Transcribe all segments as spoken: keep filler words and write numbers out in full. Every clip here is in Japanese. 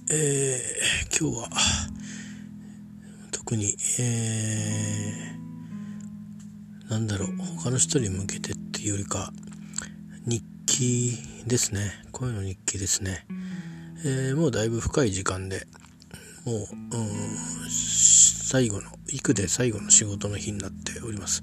えー、今日は特に、えー、なんだろう他の人に向けてっていうよりか日記ですね。声の日記ですね。えー、もうだいぶ深い時間でもう、うん、最後の育で最後の仕事の日になっております。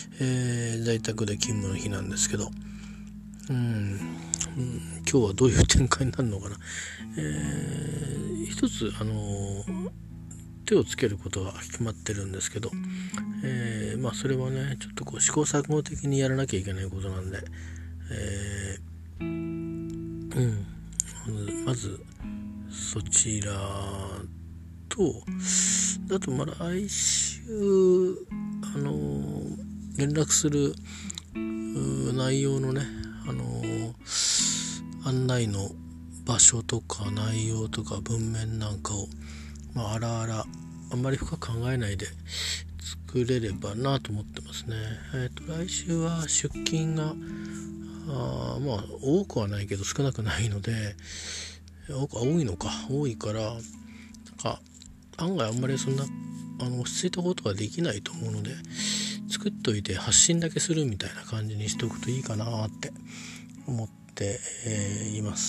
えー、在宅で勤務の日なんですけど、うん、うん、今日はどういう展開になるのかな。えー、一つ、あのー、手をつけることは決まってるんですけど、えー、まあそれはねちょっとこう試行錯誤的にやらなきゃいけないことなんで、えー、うんまずそちらと、あとまだ来週あのー、連絡する内容のね、あのー、案内の場所とか内容とか文面なんかを、まあ、あらあらあんまり深く考えないで作れればなと思ってますね。えーと、来週は出勤があまあ多くはないけど少なくないので、多くは多いのか多いからなんか案外あんまりそんなあの落ち着いたことができないと思うので、作っといて発信だけするみたいな感じにしておくといいかなって思ってえー、います。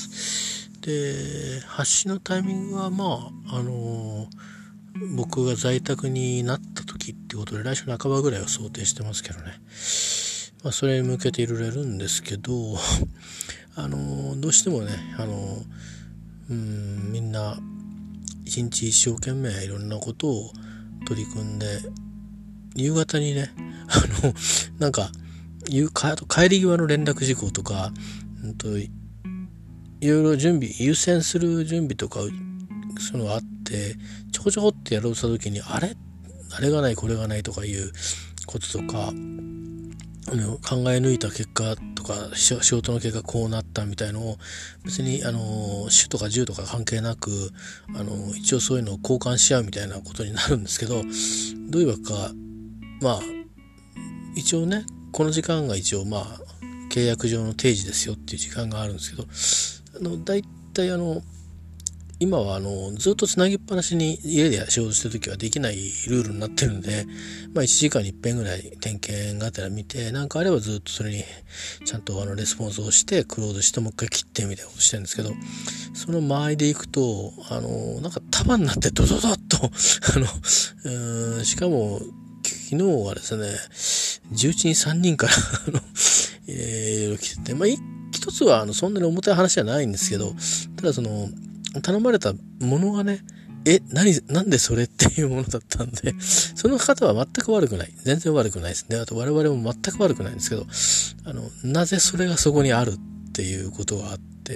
で、発信のタイミングはまああのー、僕が在宅になった時ってことで来週半ばぐらいを想定してますけどね。まあそれに向けていろいろやるんですけど、あのー、どうしてもねあのー、うーんみんな一日一生懸命いろんなことを取り組んで夕方にねあのなんか帰り際の連絡事項とか、うんと、いろいろ準備優先する準備とかそういうのがあってちょこちょこってやろうとした時にあれあれがないこれがないとかいうこととかあの考え抜いた結果とか仕事の結果こうなったみたいのを別にあの種とか銃とか関係なくあの一応そういうのを交換し合うみたいなことになるんですけど、どういうわけかまあ一応ねこの時間が一応まあ契約上の定時ですよっていう時間があるんですけど、あのだいたいあの今はあのずっとつなぎっぱなしに家で仕事してる時はできないルールになってるんで、まあいちじかんにいっぺんぐらい点検がてら見てなんかあればずっとそれにちゃんとあのレスポンスをしてクローズしてもう一回切ってみたいなことしてるんですけど、その間合いでいくとあのなんか束になってドドドッとあのうーんしかも昨日はですねじゅういちにんさんにんからあの、えー、いろいろ来てて、まあ一つはあのそんなに重たい話じゃないんですけど、ただその頼まれたものがねえ何なんでそれっていうものだったんで、その方は全く悪くない全然悪くないですね。あと我々も全く悪くないんですけど、あのなぜそれがそこにあるっていうことがあって、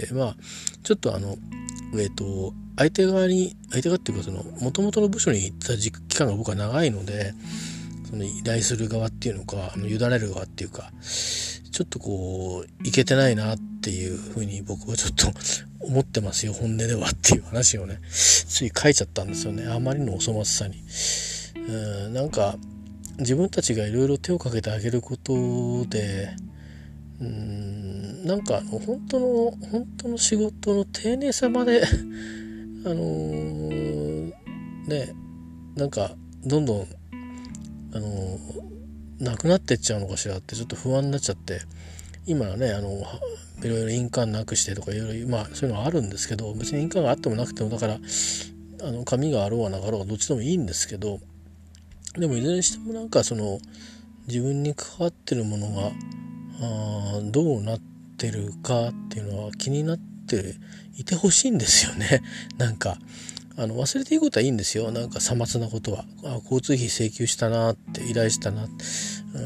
まあちょっとあのえっと相手側に相手側っていうかその元々の部署に行った期間が僕は長いので、その依頼する側っていうのかあの委ねる側っていうかちょっとこういけてないなっていうふうに僕はちょっと思ってますよ本音ではっていう話をねつい書いちゃったんですよね。あまりのお粗末さにうんなんか自分たちがいろいろ手をかけてあげることでうーんなんかあの本当の本当の仕事の丁寧さまであのー、ねなんかどんどんあのーなくなってっちゃうのかしらってちょっと不安になっちゃって、今はねあのいろいろ印鑑なくしてとかいろいろまあそういうのはあるんですけど、別に印鑑があってもなくてもだからあの紙があろうがなかろうがどっちでもいいんですけど、でもいずれにしてもなんかその自分に関わってるものがあどうなってるかっていうのは気になっていてほしいんですよね。なんかあの忘れていいことはいいんですよ。なんかさまつなことはあ交通費請求したなって依頼したな、うん、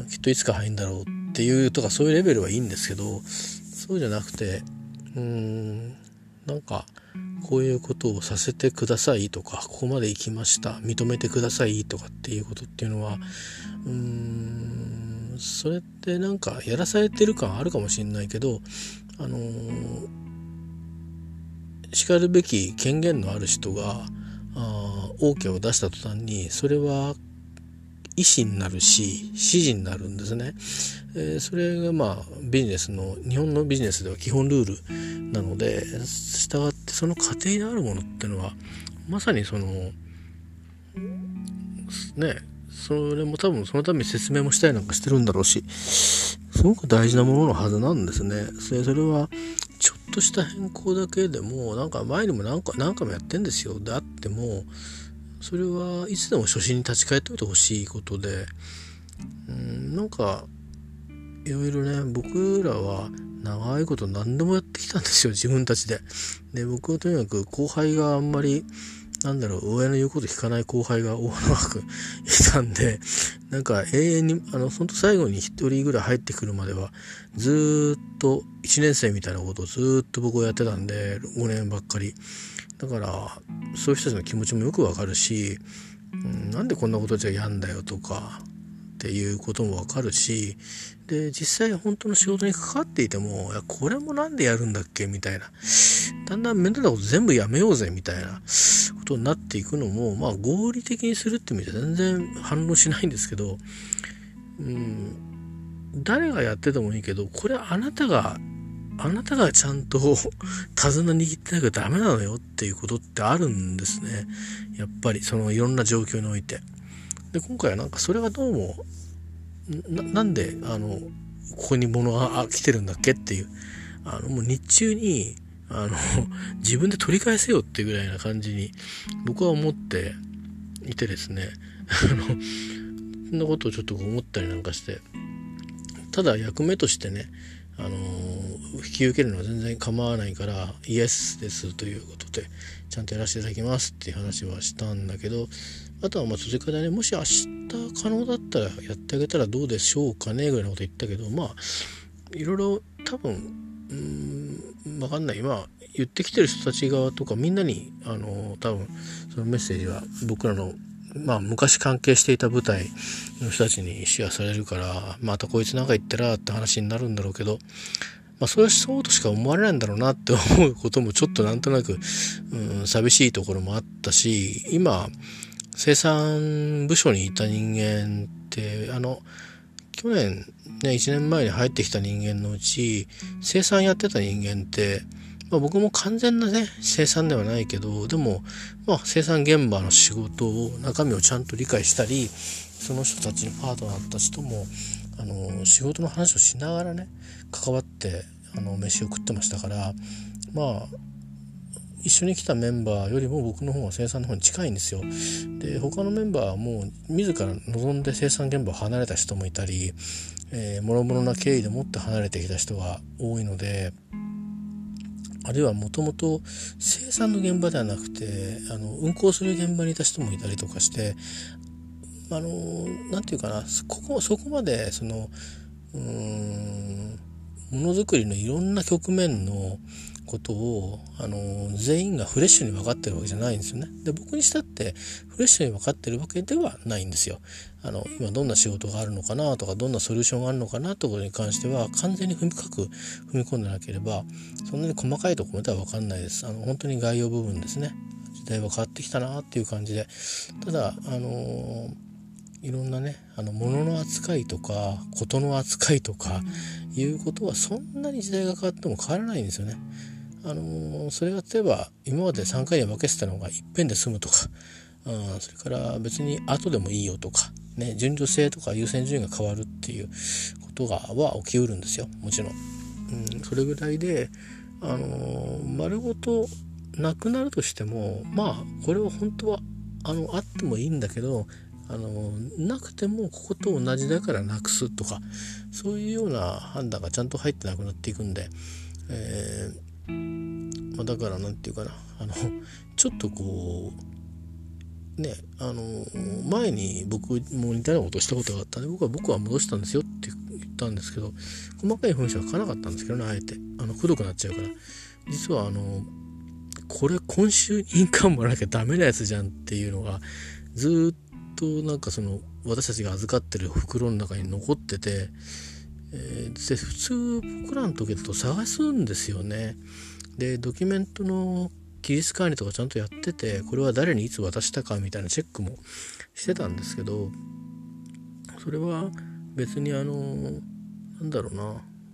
きっといつか入るんだろうっていうとかそういうレベルはいいんですけど、そうじゃなくてうーんなんかこういうことをさせてくださいとかここまで行きました認めてくださいとかっていうことっていうのはうーんそれってなんかやらされてる感あるかもしれないけど、あのーしかるべき権限のある人があ OK を出した途端にそれは意思になるし指示になるんですね。えー、それがまあビジネスの日本のビジネスでは基本ルールなので、従ってその過程にあるものってのはまさにそのねそれも多分そのために説明もしたりなんかしてるんだろうし、すごく大事なもののはずなんですね。それそれはちょっとした変更だけでもなんか前にも何回何回もやってんですよ。であってもそれはいつでも初心に立ち返っておいてほしいことで、うん、なんかいろいろね、僕らは長いこと何でもやってきたんですよ、自分たちで。で、僕はとにかく後輩があんまりなんだろう、親の言うこと聞かない後輩が大長くいたんで、なんか永遠に、あの、ほんと最後に一人ぐらい入ってくるまでは、ずーっと一年生みたいなことをずーっと僕はやってたんで、ごねんばっかり。だから、そういう人たちの気持ちもよくわかるし、うん、なんでこんなことじゃやんだよとか、っていうこともわかるし、で実際本当の仕事に関わっていても、いやこれもなんでやるんだっけみたいな、だんだん面倒なこと全部やめようぜみたいなことになっていくのも、まあ合理的にするって意味で全然反応しないんですけど、うん、誰がやっててもいいけど、これあなたがあなたがちゃんと手綱握ってなきゃダメなのよっていうことってあるんですね。やっぱりそのいろんな状況において。で今回はなんかそれがどうも な, なんであのここに物が来てるんだっけっていう、あのもう日中にあの自分で取り返せよっていうぐらいな感じに僕は思っていてですねあのそんなことをちょっと思ったりなんかして、ただ役目としてね、あの引き受けるのは全然構わないからイエスですということでちゃんとやらせていただきますっていう話はしたんだけど、あとはまあ追加でね、もし明日可能だったらやってあげたらどうでしょうかねぐらいなこと言ったけど、まあいろいろ多分うーん分かんない、まあ言ってきてる人たち側とかみんなにあの多分そのメッセージは僕らのまあ昔関係していた部隊の人たちにシェアされるから、またこいつなんか言ってらって話になるんだろうけど、まあそれはそうとしか思われないんだろうなって思うこともちょっとなんとなく、うん、寂しいところもあったし、今生産部署にいた人間ってあの去年ねいちねんまえに入ってきた人間のうち生産やってた人間って、まあ、僕も完全なね生産ではないけど、でも、まあ、生産現場の仕事を中身をちゃんと理解したり、その人たちのパートナーたちともあの仕事の話をしながらね関わってあの飯を食ってましたから、まあ一緒に来たメンバーよりも僕の方が生産の方に近いんですよ。で他のメンバーはもう自ら望んで生産現場を離れた人もいたり、えー、諸々な経緯でもって離れてきた人が多いので、あるいはもともと生産の現場ではなくてあの運行する現場にいた人もいたりとかして、あのなんていうかな、ここそこまでそのうーんものづくりのいろんな局面のことをあの全員がフレッシュに分かってるわけじゃないんですよね。で僕にしたってフレッシュに分かってるわけではないんですよ。あの今どんな仕事があるのかなとかどんなソリューションがあるのかなということに関しては完全に深く踏み込んでなければそんなに細かいところまでは分かんないです。あの本当に概要部分ですね。時代は変わってきたなっていう感じで、ただあのいろんなねあの物の扱いとか事の扱いとかいうことはそんなに時代が変わっても変わらないんですよね。あのー、それが例えば今までさんかいに分けてたのがいっぺんで済むとか、うん、それから別に後でもいいよとか、ね、順序性とか優先順位が変わるっていうことがは起きうるんですよ、もちろん。うん、それぐらいで、あのー、丸ごとなくなるとしてもまあこれは本当はあのあってもいいんだけど、あのなくてもここと同じだからなくすとかそういうような判断がちゃんと入ってなくなっていくんで、えーまあ、だからなんていうかな、あのちょっとこうねあの前に僕も似たようなことをしたことがあったんで僕は僕は戻したんですよって言ったんですけど、細かい文章は書かなかったんですけどね、あえてあのくどくなっちゃうから。実はあのこれ今週印鑑もらわなきゃダメなやつじゃんっていうのがずっとなんかその私たちが預かってる袋の中に残ってて、えー、で普通僕らの時だと探すんですよね。でドキュメントの期日管理とかちゃんとやってて、これは誰にいつ渡したかみたいなチェックもしてたんですけど、それは別にあのなんだろうな、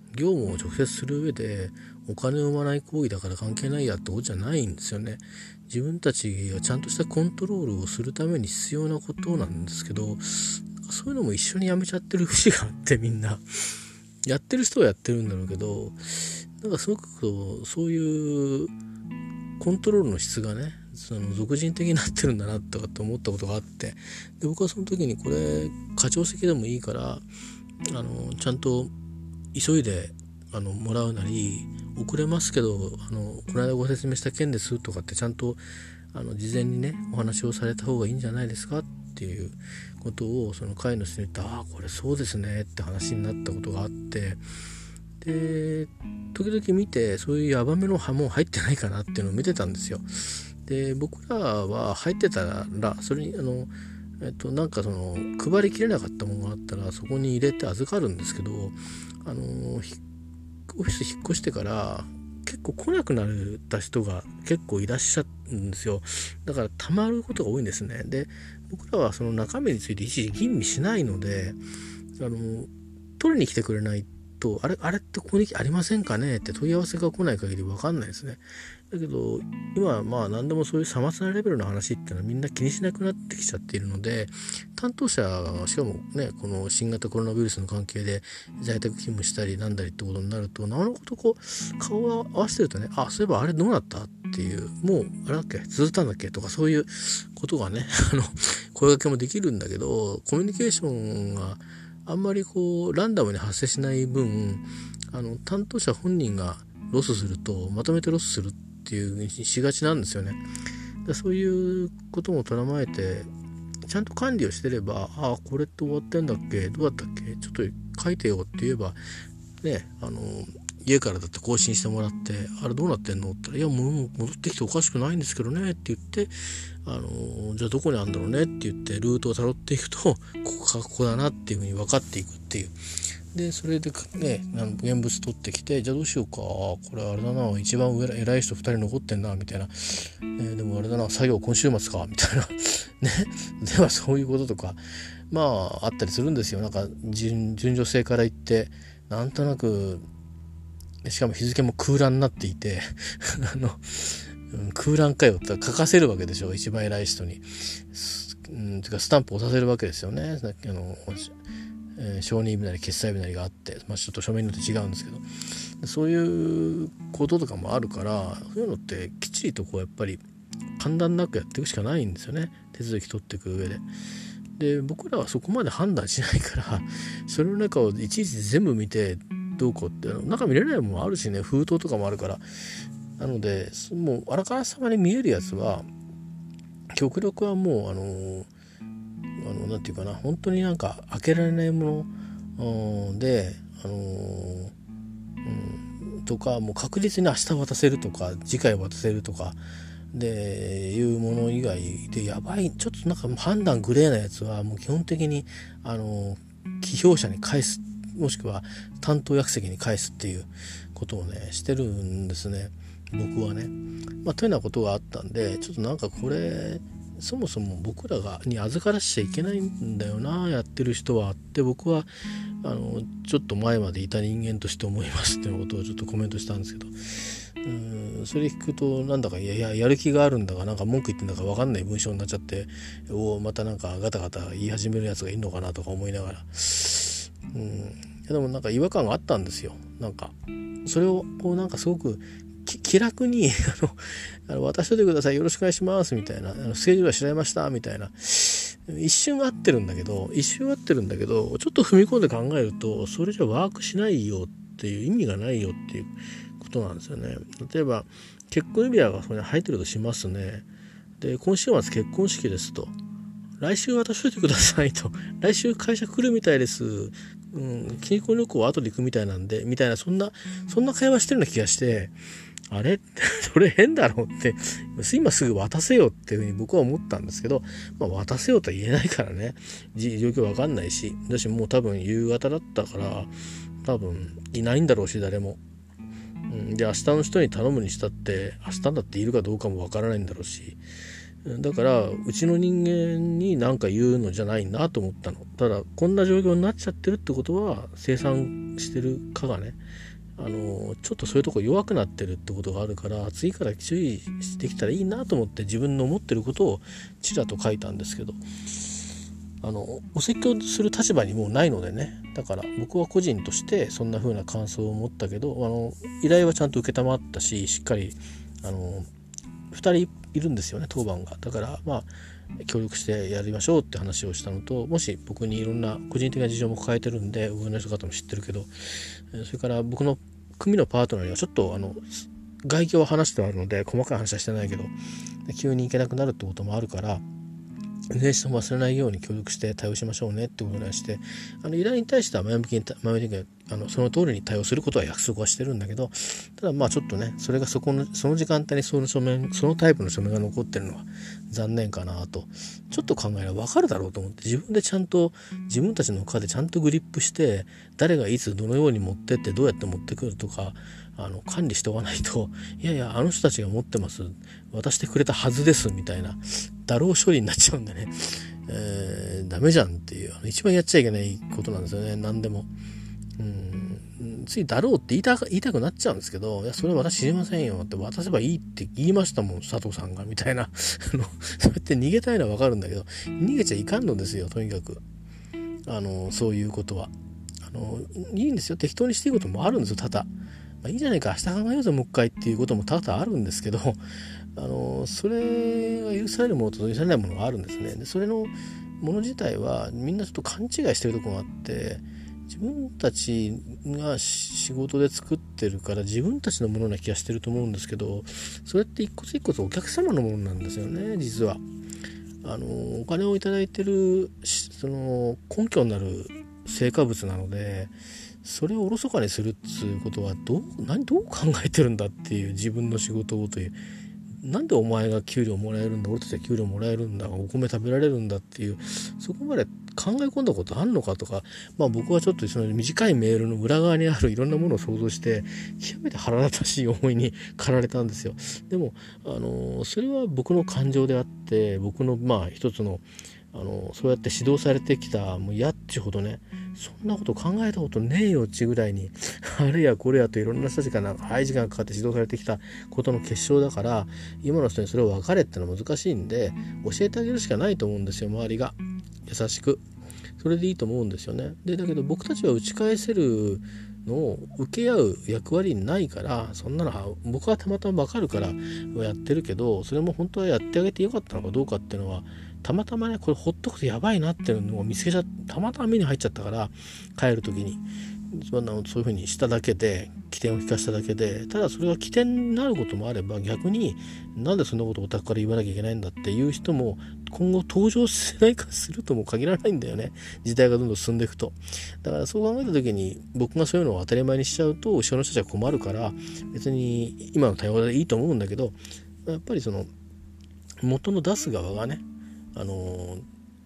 業務を直接する上でお金を生まない行為だから関係ないやってことじゃないんですよね。自分たちがちゃんとしたコントロールをするために必要なことなんですけど、そういうのも一緒にやめちゃってる節があって、みんなやってる人はやってるんだろうけど、なんかすごくこうそういうコントロールの質がね、その俗人的になってるんだなとかって思ったことがあって、で僕はその時にこれ課長席でもいいからあのちゃんと急いであのもらうなり、遅れますけどあのこの間ご説明した件ですとかってちゃんとあの事前にねお話をされた方がいいんじゃないですかっていうことをその会の人に言って、ああこれそうですねって話になったことがあって、で時々見てそういうヤバめの刃も入ってないかなっていうのを見てたんですよ。で僕らは入ってたらそれにあのえっとなんかその配りきれなかったものがあったらそこに入れて預かるんですけど、あのオフィス引っ越してから結構来なくなった人が結構いらっしゃるんですよ。だからたまることが多いんですね。で僕らはその中身について一時吟味しないので、あの取りに来てくれないとあれあれってここにありませんかねって問い合わせが来ない限り分かんないですね。だけど今はまあ何でもそういうさまつなレベルの話っていうのはみんな気にしなくなってきちゃっているので、担当者がしかもねこの新型コロナウイルスの関係で在宅勤務したりなんだりってことになると、なおのことこう顔を合わせてるとね、あそういえばあれどうなったっていう、もうあれだっけ続いたんだっけとかそういうことがねあの声掛けもできるんだけど、コミュニケーションがあんまりこうランダムに発生しない分、あの担当者本人がロスするとまとめてロスするっていう風にしがちなんですよね。だそういうこともとらまえてちゃんと管理をしてれば、ああこれって終わってんだっけ、どうだったっけ、ちょっと書いてよって言えばね、あの家からだって更新してもらって、あれどうなってんのって言ったら、いやもう戻ってきておかしくないんですけどねって言って、あのじゃあどこにあるんだろうねって言ってルートをたどっていくと、ここかここだなっていうふうに分かっていくっていう。でそれでね現物取ってきて、じゃあどうしようか、これあれだな、一番上偉い人ふたり残ってんなみたいな、ね、でもあれだな、作業今週末かみたいなねではそういうこととかまああったりするんですよ。なんか 順, 順序性から言ってなんとなく、しかも日付も空欄になっていてあの、うん、空欄かよって書かせるわけでしょ、一番偉い人に。うん、てかスタンプ押させるわけですよね。あのえー、承認日なり決済日なりがあって、まあ、ちょっと書面によって違うんですけど、そういうこととかもあるから、そういうのってきっちりとこうやっぱり間断なくやっていくしかないんですよね、手続き取っていく上で。で僕らはそこまで判断しないからそれの中をいちいち全部見てどうこうって中見れないものもあるしね、封筒とかもあるから。なのでもうあらかじめ見えるやつは極力はもうあのあのなんていうかな、本当になんか開けられないもので、あのーうん、とかもう確実に明日渡せるとか次回渡せるとかでいうもの以外で、やばいちょっとなんか判断グレーなやつはもう基本的にあの起評者に返す、もしくは担当役席に返すっていうことをねしてるんですね、僕はね。まあというようなことがあったんで、ちょっとなんかこれそもそも僕らがに預からしちゃいけないんだよな、やってる人はって僕はあのちょっと前までいた人間として思いますっていうことをちょっとコメントしたんですけど、うーんそれ聞くとなんだかいやいややる気があるんだかなんか文句言ってんだか分かんない文章になっちゃって、おまたなんかガタガタ言い始めるやつがいるのかなとか思いながら、うんでもなんか違和感があったんですよ。なんかそれをこうなんかすごく気楽にあのあの渡しといてくださいよろしくお願いしますみたいな、あのスケジュールは調べましたみたいな、一瞬合ってるんだけど一瞬合ってるんだけどちょっと踏み込んで考えるとそれじゃワークしないよっていう、意味がないよっていうことなんですよね。例えば結婚指輪がそこに入ってるとしますね。で今週末結婚式ですと、来週渡しといてくださいと、来週会社来るみたいです、うん、金婚旅行は後で行くみたいなんでみたいな、そんなそんな会話してるような気がして、あれそれ変だろうって今すぐ渡せよっていうふうに僕は思ったんですけど、まあ、渡せよとは言えないからね、状況わかんないし、だしもう多分夕方だったから多分いないんだろうし誰も、うん、で明日の人に頼むにしたって明日だっているかどうかもわからないんだろうし、だからうちの人間に何か言うのじゃないなと思ったの。ただこんな状況になっちゃってるってことは生産してるかがね、あのちょっとそういうとこ弱くなってるってことがあるから、次から注意してきたらいいなと思って自分の思ってることをちらと書いたんですけど、あのお説教する立場にもうないのでね、だから僕は個人としてそんな風な感想を持ったけど、あの依頼はちゃんと承ったし、しっかりあのふたりいるんですよね、当番が。だからまあ協力してやりましょうって話をしたのと、もし僕にいろんな個人的な事情も抱えてるんで上の人方も知ってるけど、それから僕の組のパートナーにはちょっとあの外境は話してあるので細かい話はしてないけど、急に行けなくなるってこともあるから、全身も忘れないように協力して対応しましょうねってことにして、あの依頼に対しては前向きに前向きにあのその通りに対応することは約束はしてるんだけど、ただまあちょっとね、それがそこのその時間帯にその書面そのタイプの書面が残ってるのは残念かなとちょっと考えれば分かるだろうと思って、自分でちゃんと自分たちの課でちゃんとグリップして、誰がいつどのように持ってってどうやって持ってくるとかあの管理しておかないと、いやいやあの人たちが持ってます、渡してくれたはずですみたいなだろう処理になっちゃうんでね、えー、ダメじゃんっていう、あの一番やっちゃいけないことなんですよね。何でもうんついだろうって言いた言いたくなっちゃうんですけど、いやそれ私知りませんよって渡せばいいって言いましたもん佐藤さんがみたいなそうやって逃げたいのは分かるんだけど、逃げちゃいかんのですよ。とにかくあのそういうことはあのいいんですよ、適当にしていいこともあるんですよ。ただ、まあ、いいじゃないか明日考えようぜもう一回っていうことも多々あるんですけど、あのそれが許されるものと許されないものがあるんですね。でそれのもの自体はみんなちょっと勘違いしてるところがあって、自分たちが仕事で作ってるから自分たちのものな気がしてると思うんですけど、それって一個一個お客様のものなんですよね。実はあのお金をいただいてるその根拠になる成果物なので、それをおろそかにするっていうことはどう何どう考えてるんだっていう、自分の仕事をという、なんでお前が給料もらえるんだ、俺たちは給料もらえるんだ、お米食べられるんだっていう、そこまで考え込んだことあんのかとか、まあ僕はちょっとその短いメールの裏側にあるいろんなものを想像して極めて腹立たしい思いに駆られたんですよ。でもあのそれは僕の感情であって、僕のまあ一つのあのそうやって指導されてきたもうやっちほどね、そんなこと考えたことねえよっちぐらいにあれやこれやといろんな人たちから長い時間かかって指導されてきたことの結晶だから、今の人にそれを分かれってのは難しいんで教えてあげるしかないと思うんですよ。周りが優しく、それでいいと思うんですよね。でだけど僕たちは打ち返せるのを受け合う役割にないから、そんなのは僕はたまたま分かるからやってるけど、それも本当はやってあげてよかったのかどうかっていうのはたまたまね、これほっとくとやばいなっていうのを見つけちゃたまたま目に入っちゃったから、帰る時にそういうふうにしただけで、起点を聞かしただけで、ただそれが起点になることもあれば、逆になんでそんなことをお宅から言わなきゃいけないんだっていう人も今後登場しないかするとも限らないんだよね、時代がどんどん進んでいくと。だからそう考えた時に僕がそういうのを当たり前にしちゃうと後ろの人たちは困るから、別に今の対応でいいと思うんだけど、やっぱりその元の出す側がね、あの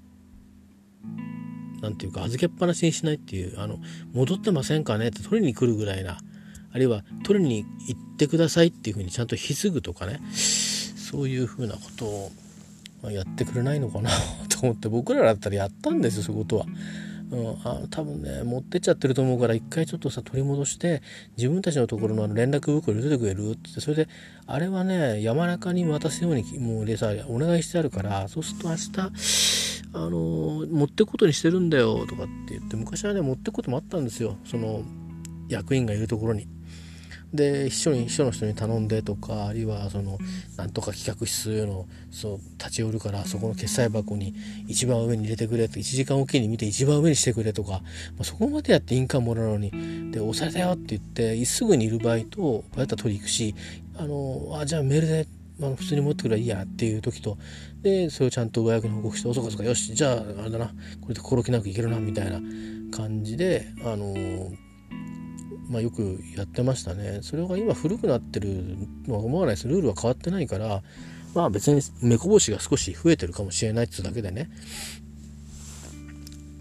なんていうか預けっぱなしにしないっていう、あの戻ってませんかねって取りに来るぐらいな、あるいは取りに行ってくださいっていうふうにちゃんと引き継ぐとかね、そういうふうなことをやってくれないのかなと思って、僕らだったらやったんですよそういうことは。うん、あ多分ね持ってっちゃってると思うから、一回ちょっとさ取り戻して自分たちのところのあの連絡袋入れてくれるって、それであれはね山中に渡すようにもうでさお願いしてあるから、そうすると明日あの持ってくことにしてるんだよとかって言って、昔はね持ってくこともあったんですよ、その役員がいるところに。で秘書に秘書の人に頼んでとか、あるいはそのなんとか企画室のそう立ち寄るからそこの決済箱に一番上に入れてくれっていちじかんおきに見て一番上にしてくれとか、まあ、そこまでやって印鑑もらうのにで押されたよって言ってすぐにいる場合と場合だったら取り行くし、あのあじゃあメールであの普通に持ってくればいいやっていう時と、でそれをちゃんと上役に報告して、おそうかそうかよしじゃああれだなこれで心気なくいけるなみたいな感じであのまあよくやってましたね。それが今古くなってるのは思わないです。ルールは変わってないから、まあ別に目こぼしが少し増えてるかもしれないっていうだけでね、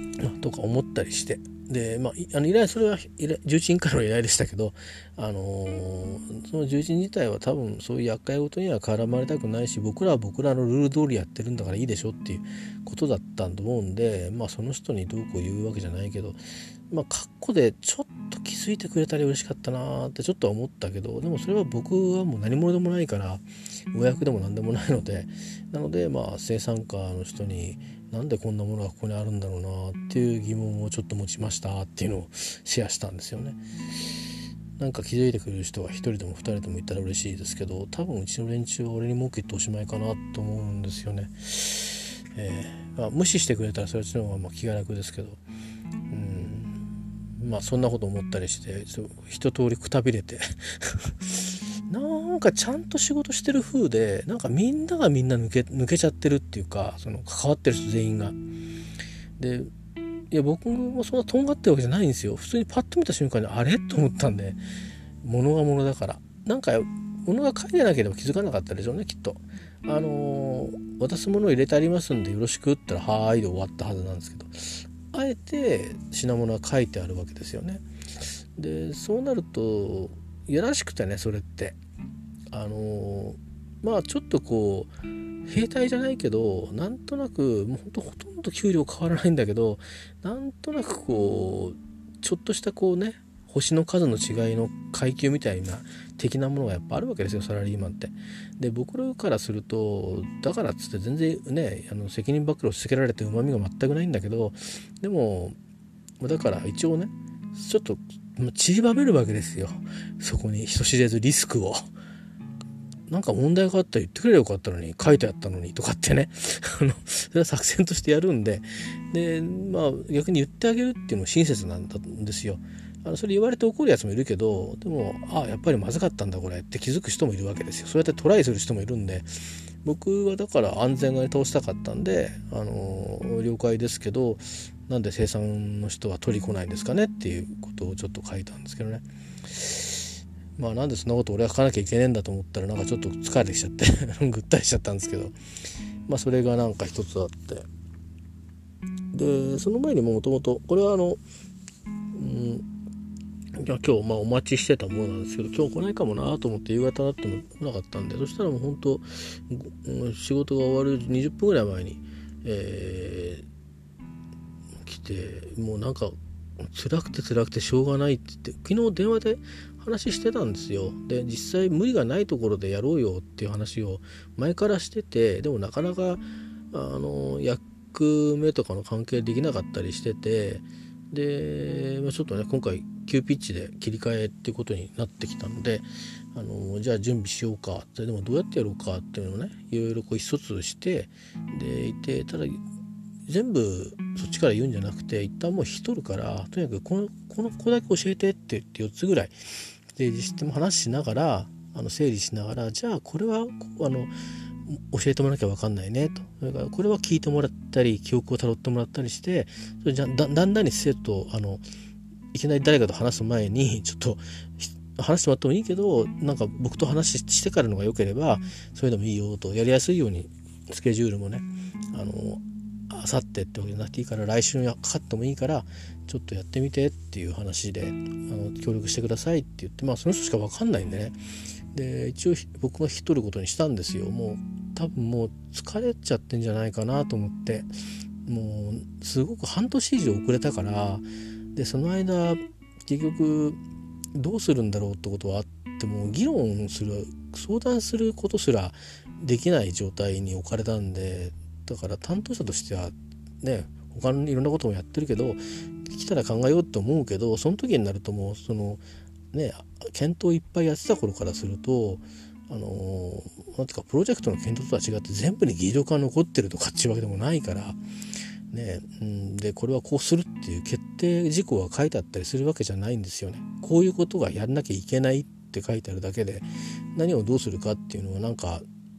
とか思ったりして、で、まあ、あの依頼それは重鎮からの依頼でしたけど、あのー、その重鎮自体は多分そういう厄介事には絡まれたくないし、僕らは僕らのルール通りやってるんだからいいでしょっていうことだったと思うんで、まあその人にどうこう言うわけじゃないけど、まあカッコでちょっと気づいてくれたら嬉しかったなってちょっとは思ったけど、でもそれは僕はもう何者でもないから、お役でも何でもないので、なのでまあ生産家の人になんでこんなものがここにあるんだろうなっていう疑問をちょっと持ちましたっていうのをシェアしたんですよね。なんか気づいてくれる人が一人でも二人でもいたら嬉しいですけど、多分うちの連中は俺に文句言っておしまいかなと思うんですよね。えーまあ、無視してくれたらそれの方がまあ気が楽ですけど、うんまあそんなこと思ったりして一通りくたびれてなんかちゃんと仕事してる風で、なんかみんながみんな抜け抜けちゃってるっていうか、その関わってる人全員がで、いや僕もそんなとんがってるわけじゃないんですよ。普通にパッと見た瞬間にあれと思ったんで、物が物だから、なんか物が書いてなければ気づかなかったでしょうね、きっと。あのー、渡すものを入れてありますんでよろしくって言ったらはーいで終わったはずなんですけど、あえて品物は書いてあるわけですよね。でそうなるといやらしくてね、それってあのー、まあちょっとこう兵隊じゃないけど、なんとなくもうほんとほとんど給料変わらないんだけど、なんとなくこうちょっとしたこうね、星の数の違いの階級みたいな的なものがやっぱあるわけですよ、サラリーマンって。で僕らからするとだからっつって全然ね、あの責任ばっかり押し付けられてうまみが全くないんだけど、でもだから一応ね、ちょっと散りばめるわけですよ、そこに人知れずリスクを。なんか問題があったら言ってくれればよかったのに、書いてあったのにとかってねあのそれは作戦としてやるんで、でまあ逆に言ってあげるっていうのも親切なんですよ。あのそれ言われて怒るやつもいるけど、でもあやっぱりまずかったんだこれって気づく人もいるわけですよ。そうやってトライする人もいるんで、僕はだから安全側に通したかったんで、あの了解ですけど、なんで生産の人は取り来ないんですかねっていうことをちょっと書いたんですけどね。まあなんでそんなこと俺は書かなきゃいけねえんだと思ったら、なんかちょっと疲れてきちゃってぐったりしちゃったんですけど、まあそれがなんか一つあって、でその前にももともとこれはあの、うん、いや今日まあお待ちしてたものなんですけど、今日来ないかもなと思って夕方になっても来なかったんで、そしたらもう本当仕事が終わるにじゅっぷんぐらい前に、えー、来て、もうなんか辛くて辛くてしょうがないって言って、昨日電話で話してたんですよ。で実際無理がないところでやろうよっていう話を前からしてて、でもなかなかあの役目とかの関係できなかったりしてて、で、まあ、ちょっとね今回急ピッチで切り替えっていうことになってきたので、あのじゃあ準備しようかって、でもどうやってやろうかっていうのをねいろいろこう意思疎通してでいて、ただ全部そっちから言うんじゃなくて、一旦もう引き取るから、とにかくこのこの子だけ教えてって言ってよっつぐらいで実質も話しながら、あの整理しながら、じゃあこれはあの教えてもらわなきゃ分かんないねと、それからこれは聞いてもらったり記憶をたどってもらったりして、それじゃだだんだんに生徒あのいきなり誰かと話す前にちょっと話してもらってもいいけど、なんか僕と話してからのが良ければそれでもいいよと、やりやすいようにスケジュールもね、あのあさってってわけじゃなくていいから、来週にかかってもいいからちょっとやってみてっていう話で、あの協力してくださいって言って、まあその人しか分かんないんでね、で一応僕が引き取ることにしたんですよ。もう多分もう疲れちゃってんじゃないかなと思って、もうすごく半年以上遅れたから、でその間結局どうするんだろうってことはあっても、議論する相談することすらできない状態に置かれたんで、だから担当者としてはね、他のいろんなこともやってるけど来たら考えようって思うけど、その時になるともうそのね検討いっぱいやってた頃からすると、あのー、なんていうかプロジェクトの検討とは違って全部に議事録が残ってるとかっていうわけでもないからね、うん、でこれはこうするっていう決定事項が書いてあったりするわけじゃないんですよね。こういうことがやんなきゃいけないって書いてあるだけで、何をどうするかっていうのはなんか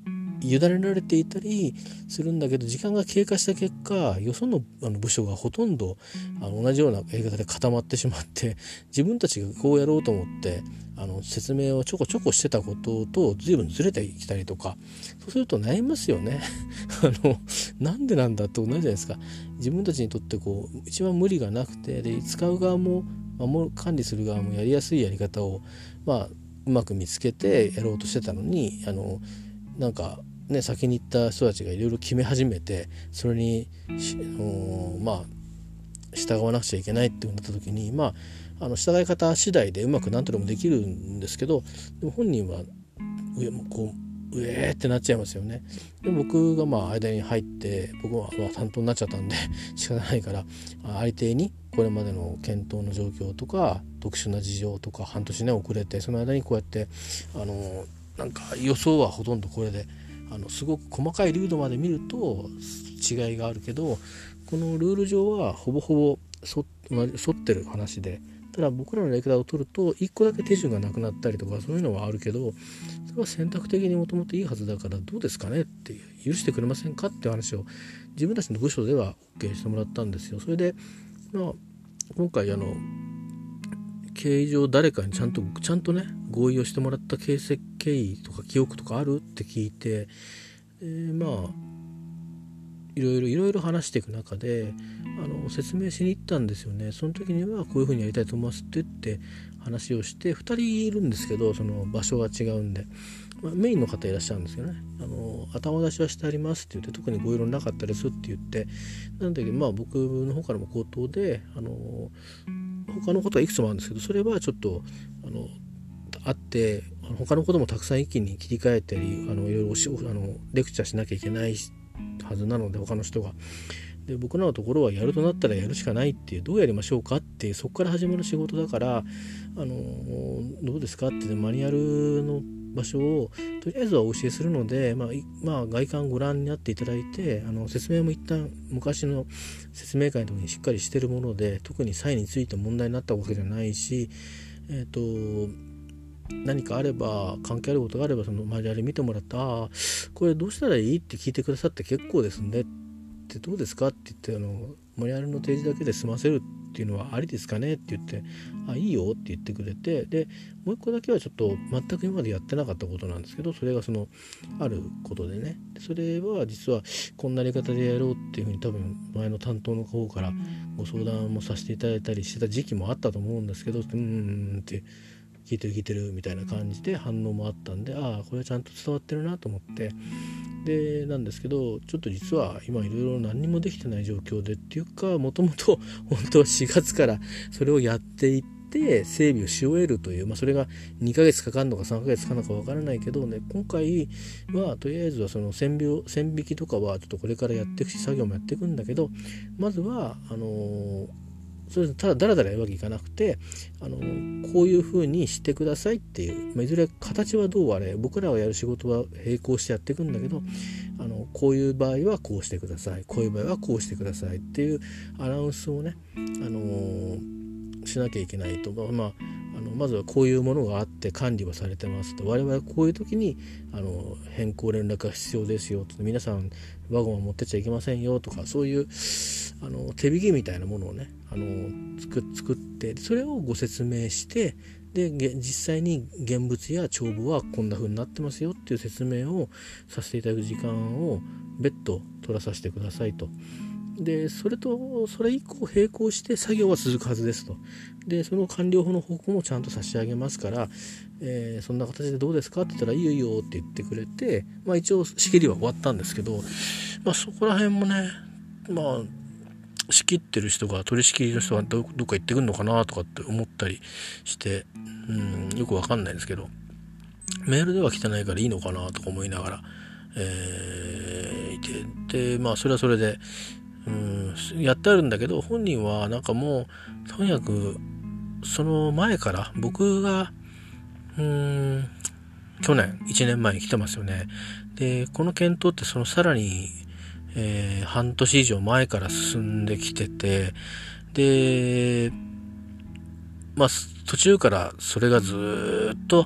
委ねられていたりするんだけど、時間が経過した結果、よそのあの部署がほとんどあの同じようなやり方で固まってしまって、自分たちがこうやろうと思ってあの説明をちょこちょこしてたことと随分ずれてきたりとか、そうすると悩みますよねあのなんでなんだとなるじゃないですか。自分たちにとってこう一番無理がなくて、で使う側も守る管理する側もやりやすいやり方をまあうまく見つけてやろうとしてたのに、あのなんかね、先に行った人たちがいろいろ決め始めて、それにまあ従わなくちゃいけないってなった時に、まああの従い方次第でうまく何とでもできるんですけど、でも本人は上もこううえーってなっちゃいますよね。で僕がまあ間に入って、僕はまあ担当になっちゃったんで仕方ないから、ありていにこれまでの検討の状況とか特殊な事情とか半年ね遅れて、その間にこうやってあのなんか予想はほとんどこれであのすごく細かいルールまで見ると違いがあるけど、このルール上はほぼほぼ沿ってる話で、ただ僕らのやり方を取るといっこだけ手順がなくなったりとかそういうのはあるけど、それは選択的にもともといいはずだからどうですかねっていう、許してくれませんかっていう話を自分たちの部署では OK してもらったんですよ。それで、まあ、今回あの経緯上誰かにちゃんとちゃんとね合意をしてもらった形跡経緯とか記憶とかあるって聞いて、えー、まあいろいろいろいろ話していく中であの説明しに行ったんですよね。その時にはこういうふうにやりたいと思いますって言って話をして、ふたりいるんですけど、その場所が違うんで、まあ、メインの方いらっしゃるんですよね。あの頭出しはしてありますって言って、特にご異論なかったですって言って、なんだけどまあ僕の方からも口頭であの他のことはいくつもあるんですけど、それはちょっとあのあって他のこともたくさん一気に切り替えたり、あのいろいろあのレクチャーしなきゃいけないはずなので、他の人がで僕らのところはやるとなったらやるしかないっていう、どうやりましょうかっていう、そこから始まる仕事だから、あのどうですかって、マニュアルの場所をとりあえずはお教えするので、まあ、まあ外観ご覧になっていただいて、あの説明も一旦昔の説明会の時にしっかりしてるもので、特に際について問題になったわけじゃないし、えっと何かあれば関係あることがあればそのマニュアル見てもらって、ああこれどうしたらいいって聞いてくださって結構ですねってどうですかって言って、あのマニュアルの提示だけで済ませるっていうのはありですかねって言って、あいいよって言ってくれて、でもう一個だけはちょっと全く今までやってなかったことなんですけど、それがそのあることでね、それは実はこんなやり方でやろうっていうふうに多分前の担当の方からご相談もさせていただいたりしてた時期もあったと思うんですけど、うんうんって聞いてる聞いてるみたいな感じで反応もあったんで、ああこれはちゃんと伝わってるなと思って、でなんですけど、ちょっと実は今いろいろ何にもできてない状況でっていうか、もともと本当はしがつからそれをやっていって整備をし終えるという、まあ、それがにかげつかかるのかさんかげつかかるのかわからないけどね、今回はとりあえずはその線引線引きとかはちょっとこれからやっていくし作業もやっていくんだけど、まずはあのーそれただだらだらやるわけいかなくて、あのこういう風にしてくださいっていう、まあ、いずれ形はどうあれ僕らはやる仕事は並行してやっていくんだけど、あのこういう場合はこうしてください、こういう場合はこうしてくださいっていうアナウンスをね、あのー、しなきゃいけないと、まあ、あのまずはこういうものがあって管理はされてますと、我々はこういう時にあの変更連絡が必要ですよと、皆さんワゴンは持ってっちゃいけませんよとか、そういうあの手引きみたいなものをねあの 作, 作ってそれをご説明して、で実際に現物や帳簿はこんな風になってますよっていう説明をさせていただく時間を別途取らさせてくださいと。でそれとそれ以降並行して作業は続くはずですと。でその完了法の方向もちゃんと差し上げますから、えー、そんな形でどうですかって言ったらいいよいいよって言ってくれて、まあ一応仕切りは終わったんですけど、まあそこら辺もね、まあ仕切ってる人が取り仕切りの人が ど, どっか行ってくるのかなとかって思ったりして、うんよくわかんないんですけど、メールでは来てないからいいのかなとか思いながら、えー、で, でまあそれはそれでうんやってあるんだけど、本人はなんかもうとにかくその前から僕がうーん去年いちねんまえに来てますよね。でこの検討ってそのさらにえー、半年以上前から進んできてて、でまあ途中からそれがずっと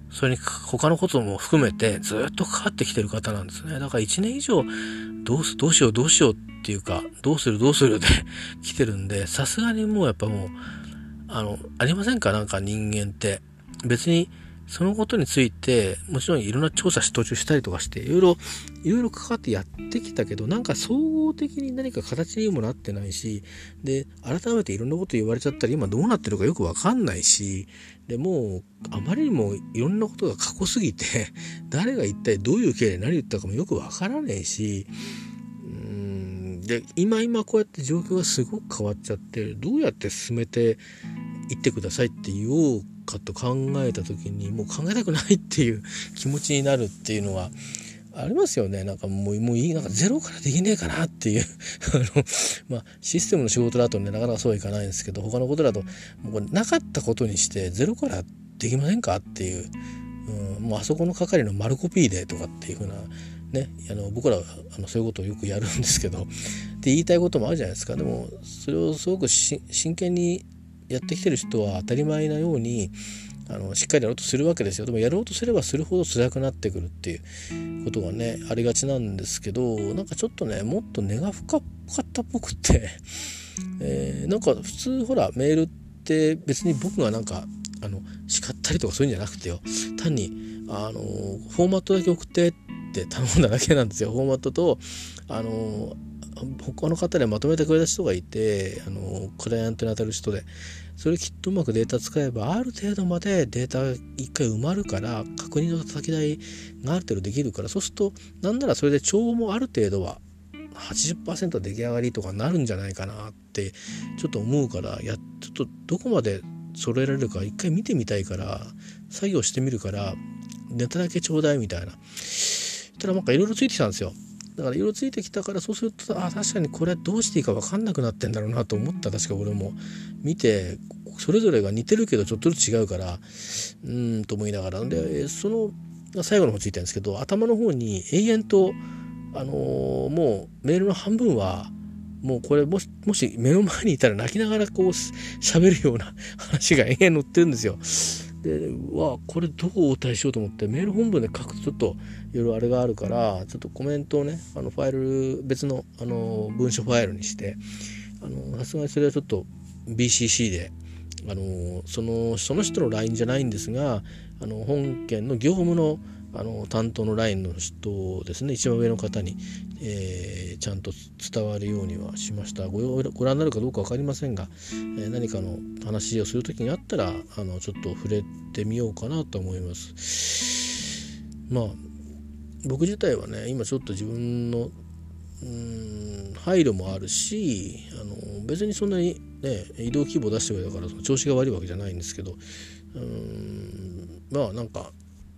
それに他のことも含めてずっと関わってきてる方なんですね。だからいちねん以上どうす、どうしようどうしようっていうか、どうするどうするで来てるんで、さすがにもうやっぱもう、あの、ありませんか？なんか人間って。別にそのことについて、もちろんいろんな調査し途中したりとかして、いろいろ、いろいろ関わってやってきたけど、なんか総合的に何か形にもなってないし、で、改めていろんなこと言われちゃったら今どうなってるかよくわかんないし、で、もう、あまりにもいろんなことが過去すぎて、誰が一体どういう経緯で何言ったかもよくわからねえし、うーん、で、今今こうやって状況がすごく変わっちゃって、どうやって進めていってくださいって言おうかと考えた時にもう考えたくないっていう気持ちになるっていうのはありますよね。なんかもうもういい、なんかゼロからできねえかなっていうあのまあシステムの仕事だとねなかなかそうはいかないんですけど、他のことだともうこれなかったことにしてゼロからできませんかっていう、うん、もうあそこの係の丸コピーでとかっていう風なね、あの僕らはあのそういうことをよくやるんですけどって言いたいこともあるじゃないですか。でもそれをすごくし真剣にやってきてる人は当たり前なようにあのしっかりやろうとするわけですよ。でもやろうとすればするほど辛くなってくるっていうことがねありがちなんですけど、なんかちょっとねもっと根が深かったっぽくって、えー、なんか普通ほらメールって別に僕がなんかあの叱ったりとかそういうんじゃなくてよ、単にあのフォーマットだけ送ってって頼んだだけなんですよ。フォーマットとあの他の方でまとめてくれた人がいて、あのクライアントに当たる人で、それきっとうまくデータ使えばある程度までデータ一回埋まるから確認の叩き台がある程度できるから、そうするとなんならそれで帳もある程度は はちじゅっパーセント 出来上がりとかなるんじゃないかなってちょっと思うから、やちょっとどこまで揃えられるか一回見てみたいから作業してみるからネタだけちょうだいみたいな。そしたらなんかいろいろついてきたんですよ。だから色ついてきたから、そうするとあ確かにこれどうしていいか分かんなくなってんだろうなと思った。確か俺も見てそれぞれが似てるけどちょっとずつ違うからうーんと思いながら、でその最後の方ついてるんですけど、頭の方に永遠とあのー、もうメールの半分はもうこれもしもし目の前にいたら泣きながらこう喋るような話が延々載ってるんですよ。でわこれどう応対しようと思ってメール本文で書くとちょっといろいろあれがあるからちょっとコメントをねあのファイル別のあの文書ファイルにしてあのさすがにそれはちょっと ビーシーシー であのそのその人の ライン じゃないんですがあの本件の業務のあの担当の ライン の人ですね、一番上の方に、えー、ちゃんと伝わるようにはしました。 ご, ご覧になるかどうか分かりませんが、えー、何かの話をするときにあったらあのちょっと触れてみようかなと思います。まあ僕自体はね今ちょっと自分のうーん配慮もあるしあの別にそんなにね移動規模出してくれたからその調子が悪いわけじゃないんですけど、うーんまあなんか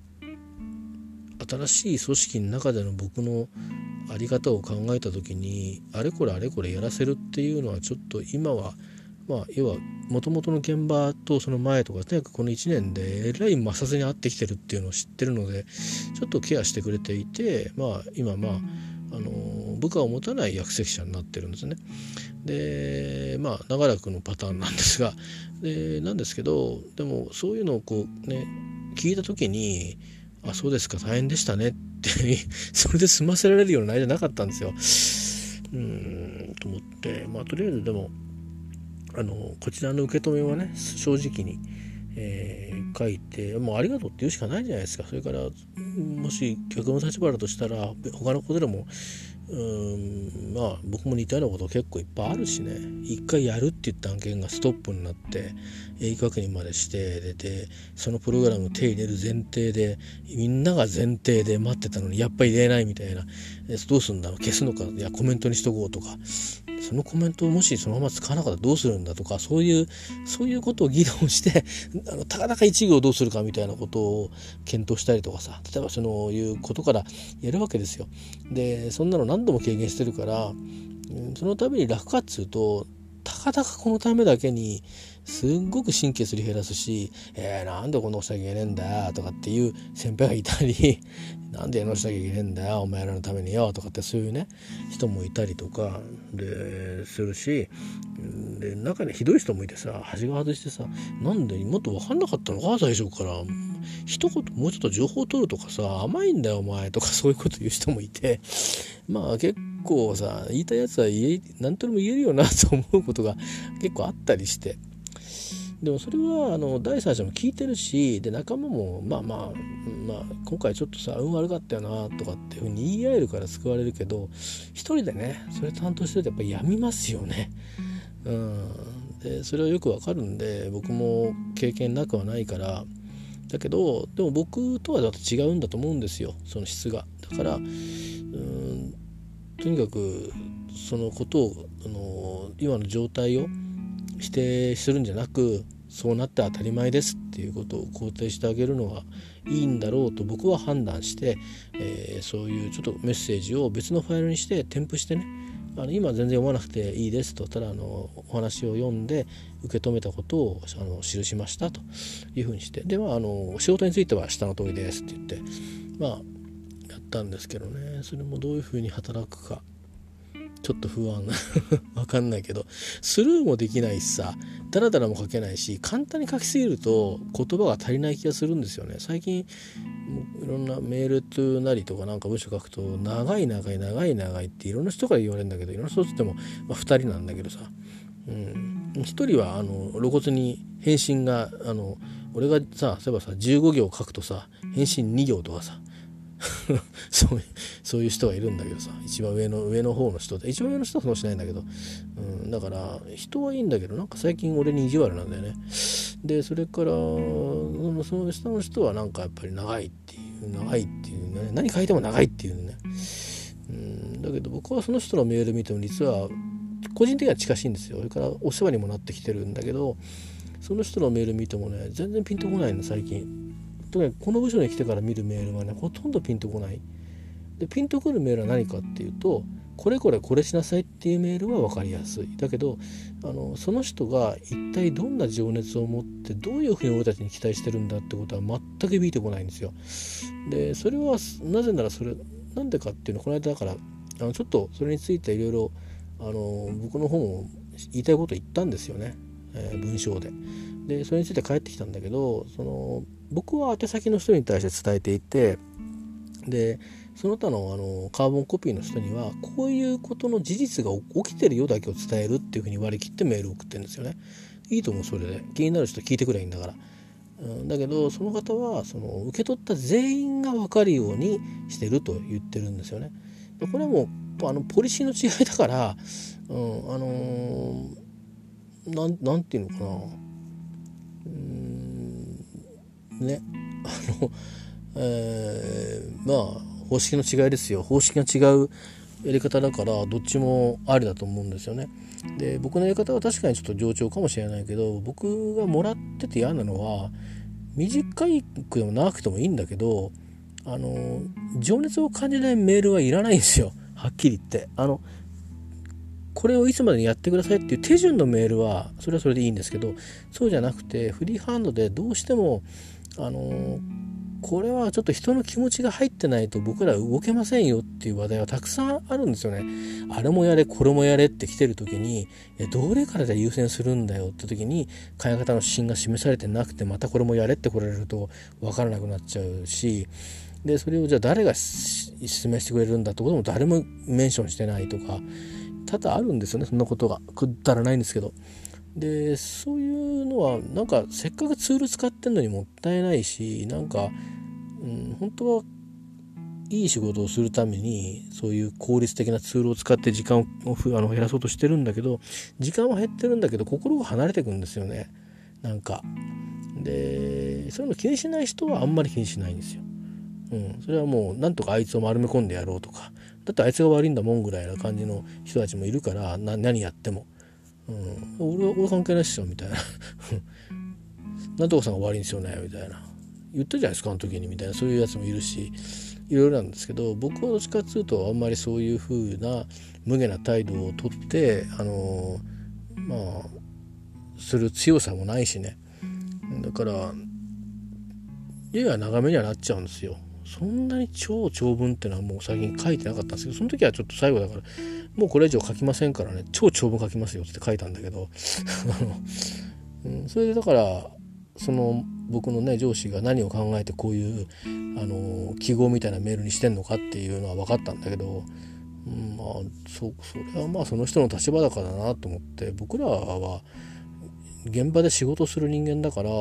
新しい組織の中での僕のあり方を考えた時にあれこれあれこれやらせるっていうのはちょっと今はまあ要は元々の現場とその前とかとにかくこのいちねんでえらい摩擦に合ってきてるっていうのを知ってるのでちょっとケアしてくれていて、まあ今まああの部下を持たない役責者になってるんですね。でまあ長らくのパターンなんですがでなんですけどでもそういうのをこうね聞いた時にあそうですか大変でしたねってそれで済ませられるような内容じゃなかったんですよ。うーんと思ってまあとりあえずでもあのこちらの受け止めはね正直に、えー、書いてもうありがとうって言うしかないじゃないですか。それからもし逆の立場だとしたら他のことでもうーんまあ僕も似たようなこと結構いっぱいあるしね、一回やるって言った案件がストップになって営業確認までして出てそのプログラム手入れる前提でみんなが前提で待ってたのにやっぱり入れないみたいな、どうするんだ消すのかいやコメントにしとこうとかそのコメントをもしそのまま使わなかったらどうするんだとかそういうそういうことを議論してあのたかだか一行どうするかみたいなことを検討したりとかさ、例えばそのいうことからやるわけですよ。でそんなの何度も経験してるから、うん、そのために楽かっつうとたかだかこのためだけにすっごく神経すり減らすし、えー、なんでこんなことしなきゃいけねえんだよとかっていう先輩がいたりなんでやらしなきゃいけねえんだよお前らのためによとかってそういうね人もいたりとかでするし、で中にひどい人もいてさ端が外してさなんでもっと分かんなかったのか最初から一言もうちょっと情報を取るとかさ、甘いんだよお前とかそういうこと言う人もいて、まあ結構さ言いたいやつは言え何とでも言えるよなと思うことが結構あったりして、でもそれはあの第三者も聞いてるし、で仲間もまあまあまあ今回ちょっとさ運悪かったよなとかっていうふうに言い合えるから救われるけど、一人でねそれ担当してるとやっぱり病みますよね。うん、でそれはよくわかるんで、僕も経験なくはないから。だけどでも僕とはだって違うんだと思うんですよ、その質が。だからうーんとにかくそのことをあの今の状態を否定するんじゃなく、そうなって当たり前ですっていうことを肯定してあげるのがいいんだろうと僕は判断して、えー、そういうちょっとメッセージを別のファイルにして添付してね、あの今全然読まなくていいですと、ただあのお話を読んで受け止めたことをあの記しましたというふうにして、ではあの仕事については下の通りですって言ってまあやったんですけどね、それもどういうふうに働くかちょっと不安わかんないけど、スルーもできないしさ、ダラダラも書けないし、簡単に書きすぎると言葉が足りない気がするんですよね。最近いろんなメールとなりとかなんか文章書くと長い長い長い長いっていろんな人から言われるんだけど、いろんな人って言っても、まあ、ふたりなんだけどさ、うん、ひとりはあの露骨に返信があの俺がさ、そういえばさじゅうごぎょう書くとさ返信にぎょうとかさそういうそういう人がいるんだけどさ、一番上の上の方の人で、一番上の人はそうしないんだけど、うん、だから人はいいんだけどなんか最近俺に意地悪なんだよね。でそれからその下の人はなんかやっぱり長いっていう長いっていうね、何書いても長いっていうね、うん、だけど僕はその人のメール見ても実は個人的には近しいんですよ。それからお世話にもなってきてるんだけど、その人のメール見てもね全然ピンとこないの最近。とね、この部署に来てから見るメールはねほとんどピンとこない。でピンとくるメールは何かっていうと、これこれこれしなさいっていうメールは分かりやすい。だけどあのその人が一体どんな情熱を持ってどういうふうに俺たちに期待してるんだってことは全く響いてこないんですよ。でそれはなぜならそれなんでかっていうのをこの間だからあのちょっとそれについていろいろあの僕の方も言いたいこと言ったんですよね、えー、文章で。でそれについて帰ってきたんだけど、その僕は宛先の人に対して伝えていて、でその他のあのカーボンコピーの人にはこういうことの事実が起きてるよだけを伝えるっていうふうに割り切ってメールを送ってるんですよね。いいと思う、それで気になる人聞いてくればいいんだから。うん、だけどその方はその受け取った全員が分かるようにしてると言ってるんですよね。でこれはもうあのポリシーの違いだから、うん、あのー、なんなんていうのかな、うーんねあの、えー、まあ方式の違いですよ。方式が違うやり方だからどっちもありだと思うんですよね。で僕のやり方は確かにちょっと冗長かもしれないけど、僕がもらってて嫌なのは短いくでも長くてもいいんだけど、あの情熱を感じないメールはいらないんですよ、はっきり言って。あのこれをいつまでにやってくださいっていう手順のメールはそれはそれでいいんですけど、そうじゃなくてフリーハンドでどうしてもあのこれはちょっと人の気持ちが入ってないと僕ら動けませんよっていう話題はたくさんあるんですよね。あれもやれこれもやれって来てる時に、どれからじゃ優先するんだよって時に考え方の指針が示されてなくて、またこれもやれって来られると分からなくなっちゃうし、でそれをじゃあ誰が示してくれるんだってことも誰もメンションしてないとか多々あるんですよね。そんなことがくだらないんですけど、でそういうのはなんかせっかくツール使ってんのにもったいないし、なんか、うん、本当はいい仕事をするためにそういう効率的なツールを使って時間をあの減らそうとしてるんだけど、時間は減ってるんだけど心が離れてくんですよね。なんかでそういうの気にしない人はあんまり気にしないんですよ。うん、それはもうなんとかあいつを丸め込んでやろうとか、だってあいつが悪いんだもんぐらいな感じの人たちもいるから、な何やっても、うん、俺は俺関係ないっしょみたいななんとかさんが悪いんですよねみたいな言ったじゃないですかあの時にみたいな、そういうやつもいるしいろいろなんですけど、僕はどっちかっていうとあんまりそういう風な無下な態度をとってあのまあする強さもないしね。だからやや長めにはなっちゃうんですよ。そんなに超長文ってのはもう最近書いてなかったんですけど、その時はちょっと最後だからもうこれ以上書きませんからね、超長文書きますよって書いたんだけどうん、それでだからその僕のね上司が何を考えてこういうあの記号みたいなメールにしてんのかっていうのは分かったんだけど、うん、まあ そ, それはまあその人の立場だからなと思って、僕らは現場で仕事する人間だから、あ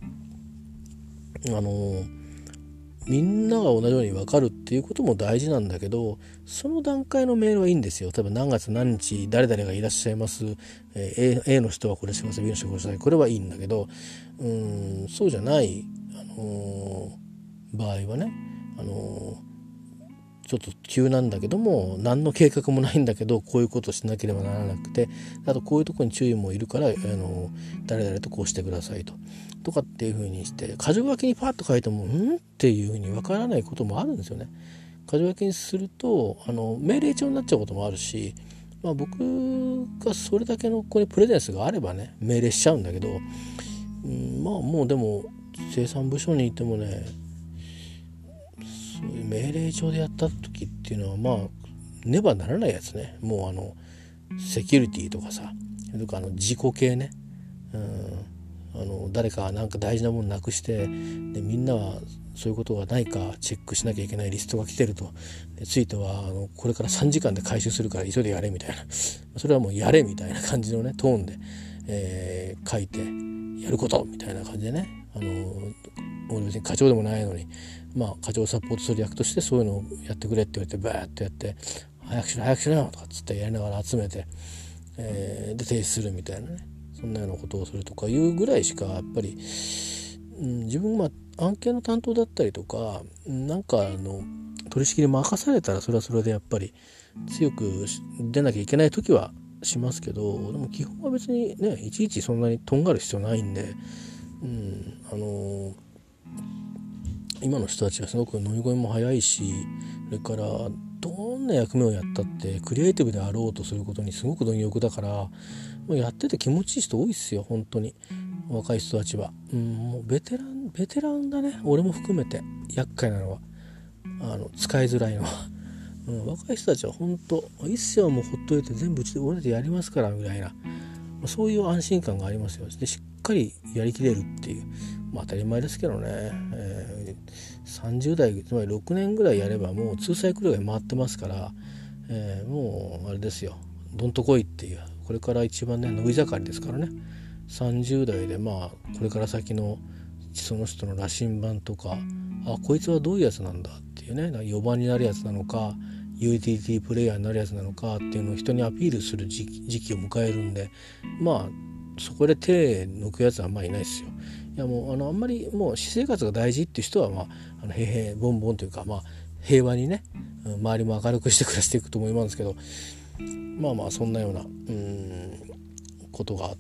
のみんなが同じように分かるっていうことも大事なんだけど、その段階のメールはいいんですよ。例えば何月何日誰々がいらっしゃいます、えー、A, A の人はこれします、 B の人はこれします、これはいいんだけど、うーんそうじゃない、あのー、場合はね、あのーちょっと急なんだけども何の計画もないんだけどこういうことをしなければならなくて、あとこういうところに注意もいるから、あの誰々とこうしてくださいととかっていう風にして、箇条書きにパッと書いてもんっていう風に分からないこともあるんですよね。箇条書きにするとあの命令帳になっちゃうこともあるし、まあ、僕がそれだけのここにプレゼンスがあればね命令しちゃうんだけど、うん、まあもうでも生産部署にいてもね、そういう命令帳でやった時っていうのはまあねばならないやつね。もうあのセキュリティとかさ、とかあの事故系ね、うん、あの誰かなんか大事なものなくしてでみんなはそういうことがないかチェックしなきゃいけないリストが来てると、でついてはあのこれからさんじかんで回収するから急いでやれみたいな、それはもうやれみたいな感じのねトーンで、えー、書いてやることみたいな感じでね、あの俺別に課長でもないのに、まあ課長をサポートする役としてそういうのをやってくれって言われてバーッとやって早くしろ早くしろよとかっつってやりながら集めて、えー、で提出するみたいなね、そんなようなことをするとかいうぐらいしかやっぱり、うん、自分が案件の担当だったりとかなんかあの取り仕切り任されたらそれはそれでやっぱり強く出なきゃいけない時はしますけど、でも基本は別にねいちいちそんなにとんがる必要ないんで、うん、あのー、今の人たちはすごく飲み込みも早いし、それからどんな役目をやったってクリエイティブであろうとすることにすごく貪欲だから、もうやってて気持ちいい人多いっすよ本当に。若い人たちは、うん、もうベテランベテランだね、俺も含めて。厄介なのはあの使いづらいのは、うん、若い人たちは本当いいっすよ、もうほっといて全部うちで俺でやりますからぐらいな、そういう安心感がありますよ。でしっかりやりきれるっていう、まあ当たり前ですけどね、えー、さんじゅう代つまりろくねんぐらいやればもうツーサイクルが回ってますから、えー、もうあれですよ、どんとこいっていう、これから一番ね伸び盛りですからね。さんじゅう代でまあこれから先のその人の羅針盤とか、あこいつはどういうやつなんだっていうね、よばんになるやつなのかユーティリティプレイヤーになるやつなのかっていうのを人にアピールする時期、時期を迎えるんで、まあそこで手抜くやつはあんまりいないですよ。いやもうあのあんまりもう私生活が大事っていう人はまああのへへボンボンというか、まあ平和にね周りも明るくして暮らしていくと思いますけど、まあまあそんなようなうーんことがあって、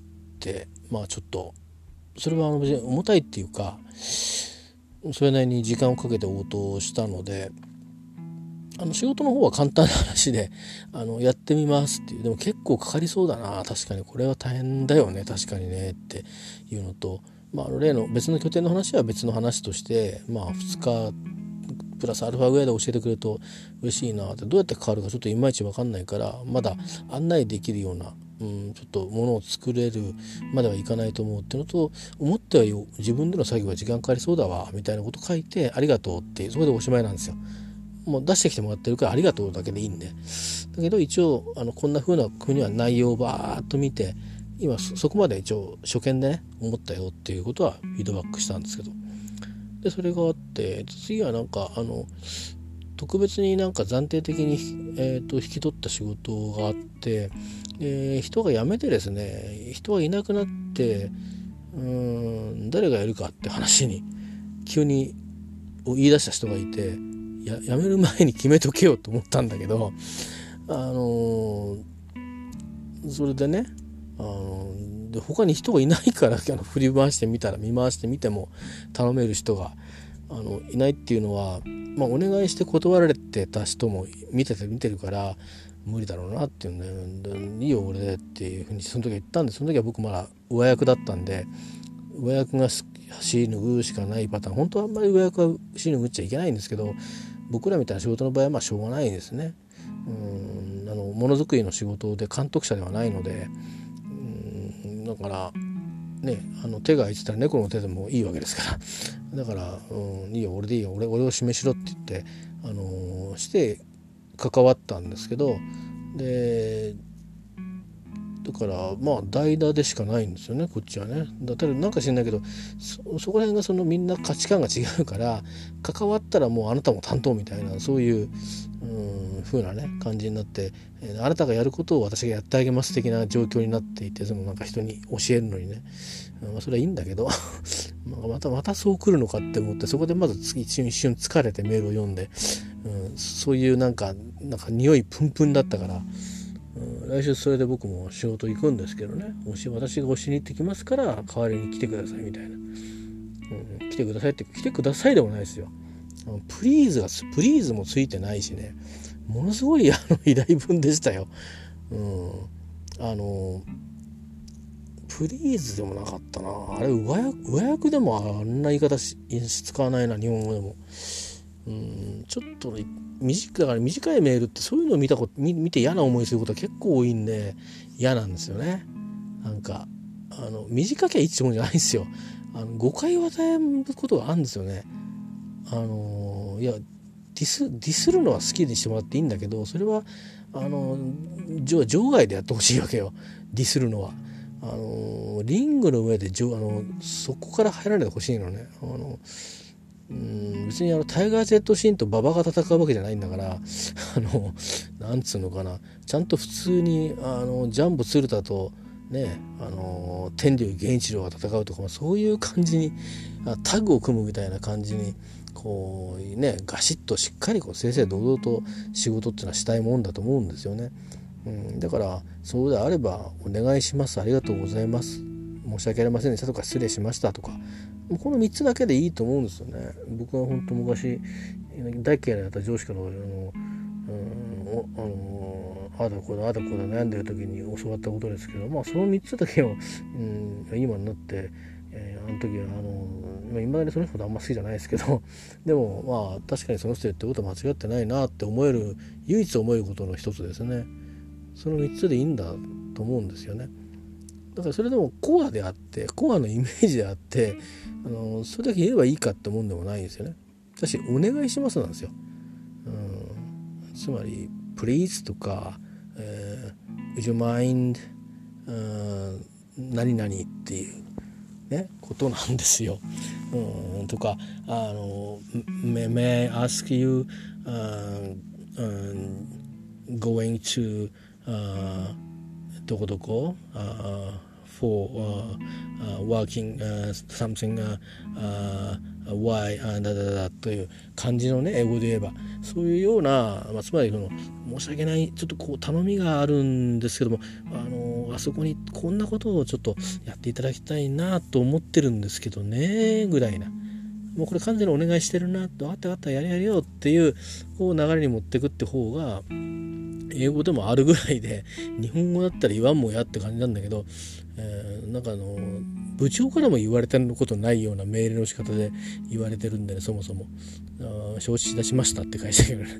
まあちょっとそれはあの別に重たいっていうかそれなりに時間をかけて応答したので、あの仕事の方は簡単な話であのやってみますっていう、でも結構かかりそうだな、確かにこれは大変だよね確かにねっていうのと、まあ、あの例の別の拠点の話は別の話として、まあふつかプラスアルファぐらいで教えてくれると嬉しいなって、どうやって変わるかちょっといまいち分かんないからまだ案内できるような、うん、ちょっとものを作れるまではいかないと思うっていうのと、思ってはよ自分での作業が時間かかりそうだわみたいなこと書いてありがとうってそこでおしまいなんですよ。もう出してきてもらってるからありがとうだけでいいんで、だけど一応あのこんな風な風には内容をバーッと見て、今 そ, そこまで一応初見でね思ったよっていうことはフィードバックしたんですけど、でそれがあって次はなんかあの特別になんか暫定的に、えー、と引き取った仕事があって、で人が辞めてですね、人がいなくなってうーん誰がやるかって話に急に言い出した人がいて、や辞める前に決めとけよと思ったんだけど、あのー、それでね、あのー、で他に人がいないからあの振り回してみたら見回してみても頼める人があのいないっていうのは、まあ、お願いして断られてた人も見てて見てるから無理だろうなっていうんで、いいよ俺でっていうふうにその時は言ったんで、その時は僕まだ上役だったんで、上役が尻脱ぐしかないパターン、本当はあんまり上役は尻脱ぐっちゃいけないんですけど、僕らみたいな仕事の場合はまあしょうがないですね。うんあのものづくりの仕事で監督者ではないので、うんだからね、あの手が空いてたら猫の手でもいいわけですからだから、うん、いいよ俺でいいよ 俺, 俺を示しろって言って、あのー、して関わったんですけど、でだからまあ代打でしかないんですよねこっちはね。だただなんか知んないけど そ, そこら辺がそのみんな価値観が違うから関わったらもうあなたも担当みたいなそういう、うん、風なね感じになって、えー、あなたがやることを私がやってあげます的な状況になっていて、そのなんか人に教えるのにね、まあ、それはいいんだけどまたまたそう来るのかって思って、そこでまず一瞬一瞬疲れてメールを読んで、うん、そういうなんかなんか匂いプンプンだったから。うん、来週それで僕も仕事行くんですけどね、もし私が押しに行ってきますから代わりに来てくださいみたいな、うん、来てくださいって来てくださいでもないですよ。プリーズがプリーズもついてないしね、ものすごいあの依頼文でしたよ。うん、あのプリーズでもなかったなあれ。上役、上役でもあんな言い方し使わないな日本語でも。うん、ちょっと短だから短いメールってそういうのを見たこと見て嫌な思いすることが結構多いんで嫌なんですよね。なんかあの短きゃいいってもんじゃないんですよ。あの誤解を与えることがあるんですよね。あのいやディスディスるのは好きにしてもらっていいんだけど、それはあの場外でやってほしいわけよ。ディスるのはあのリングの上であのそこから入らないでほしいのね。あのうん別にあのタイガー・ジェット・シーンと馬場が戦うわけじゃないんだからあのなんつうのかな、ちゃんと普通にあのジャンボ鶴田とねあの天竜源一郎が戦うとか、そういう感じにタッグを組むみたいな感じにこうねガシッとしっかりこう正々堂々と仕事っていうのはしたいもんだと思うんですよね。うん、だからそうであればお願いします、ありがとうございます、申し訳ありませんでしたとか失礼しましたとか、このみっつだけでいいと思うんですよね。僕は本当昔大嫌いだった上司からあの、うん、あのああだこうだああだこうだ悩んでる時に教わったことですけど、まあそのみっつだけを、うん、今になって、えー、あの時はあの今までその人あんま好きじゃないですけどでもまあ確かにその人言ってることは間違ってないなって思える唯一思えることの一つですね。そのみっつでいいんだと思うんですよね。だからそれでもコアであってコアのイメージであってあのそれだけ言えばいいかってもんでもないんですよね。だしお願いしますなんですよ。うん、つまり please とか、えー、would you mind、uh, 何々っていうねことなんですよ。うん、とかあの may, may I ask you、uh, um, going to、uh, どこどこ、uh, for、uh, uh, working、uh, something、uh, uh, why、uh, だだだという感じのね英語で言えばそういうような、まあ、つまりその申し訳ないちょっとこう頼みがあるんですけども、あのあそこにこんなことをちょっとやっていただきたいなと思ってるんですけどねぐらいな、もうこれ完全にお願いしてるなと、あったあったやれやれよっていうこう流れに持ってくって方が英語でもあるぐらいで、日本語だったら言わんもやって感じなんだけど、えー、なんかあの部長からも言われたことないような命令の仕方で言われてるんでね、そもそもあ承知いたしましたって返したけどね、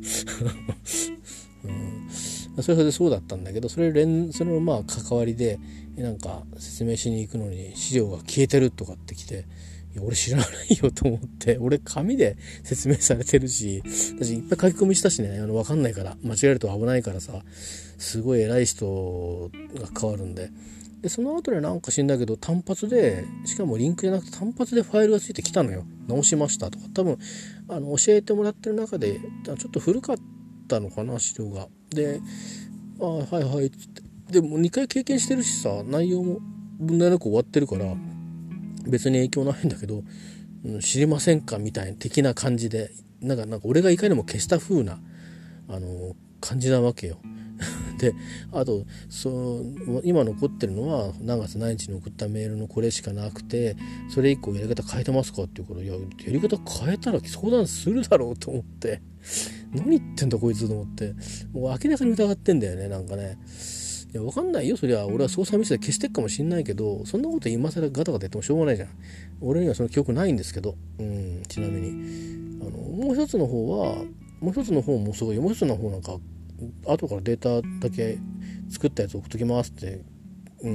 うん、それでそうだったんだけど、それ連それのまあ関わりでなんか説明しに行くのに資料が消えてるとかってきて、いや俺知らないよと思って、俺紙で説明されてるし、私いっぱい書き込みしたしね、あの分かんないから間違えると危ないからさ、すごい偉い人が変わるんで、でその後でなんか知んだけど単発で、しかもリンクじゃなくて単発でファイルがついてきたのよ。直しましたとか、多分あの教えてもらってる中でちょっと古かったのかな資料が。で、あはいはいっつって、でもにかい経験してるしさ、内容も問題なく終わってるから別に影響ないんだけど、うん、知りませんかみたいな的な感じで、なんかなんか俺がいかにも消した風なあの感じなわけよ。であとそう今残ってるのは何月何日に送ったメールのこれしかなくて、それ以降やり方変えてますかっていうから、いややり方変えたら相談するだろうと思って、何言ってんだこいつと思って、もう明らかに疑ってんだよね。なんかね、いや分かんないよ、そりゃ俺は操作ミスで消してっかもしんないけど、そんなこと今更ガタガタ言ってもしょうがないじゃん。俺にはその記憶ないんですけど、うん、ちなみにあのもう一つの方はもう一つの方もすごい、もう一つの方なんか後からデータだけ作ったやつ送っときますって、うん、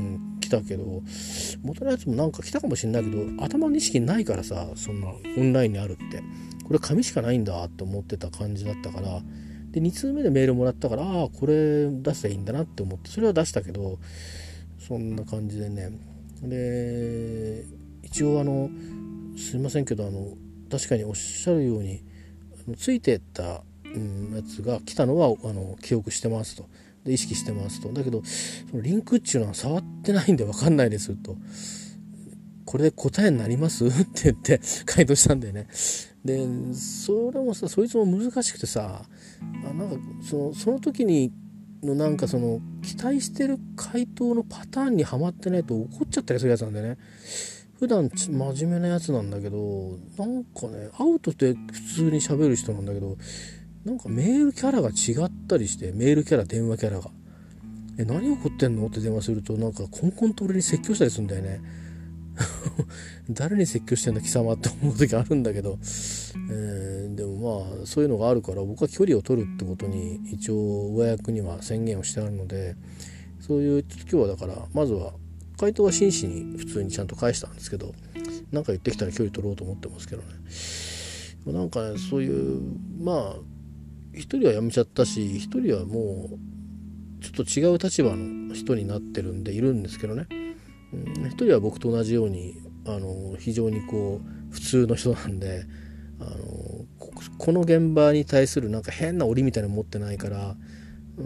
来たけど、元のやつもなんか来たかもしれないけど頭の意識ないからさ、そんなオンラインにあるってこれ紙しかないんだって思ってた感じだったから、でに通目でメールもらったから、ああこれ出せばいいんだなって思ってそれは出したけど、そんな感じでね。で一応あのすいませんけど、あの確かにおっしゃるようについてったうん、やつが来たのはあの記憶してますと、で意識してますと、だけどそのリンクっていうのは触ってないんで分かんないですと、これで答えになりますって言って回答したんだよね。でそれもさ、そいつも難しくてさ、あなんかそのその時にのなんかその期待してる回答のパターンにはまってないと怒っちゃったりするやつなんだよね。普段真面目なやつなんだけど、なんかね会うとって普通に喋る人なんだけど、なんかメールキャラが違ったりして、メールキャラ電話キャラがえ何起こってんのって電話するとなんかコンコンと俺に説教したりするんだよね誰に説教してんだ貴様って思う時あるんだけど、えー、でもまあそういうのがあるから僕は距離を取るってことに一応上役には宣言をしてあるので、そういう今日はだからまずは回答は真摯に普通にちゃんと返したんですけど、なんか言ってきたら距離取ろうと思ってますけどね。なんかねそういうまあ一人は辞めちゃったし、一人はもうちょっと違う立場の人になってるんでいるんですけどね、うん、一人は僕と同じようにあの非常にこう普通の人なんで、あの こ, この現場に対するなんか変な檻みたいなの持ってないから、うん、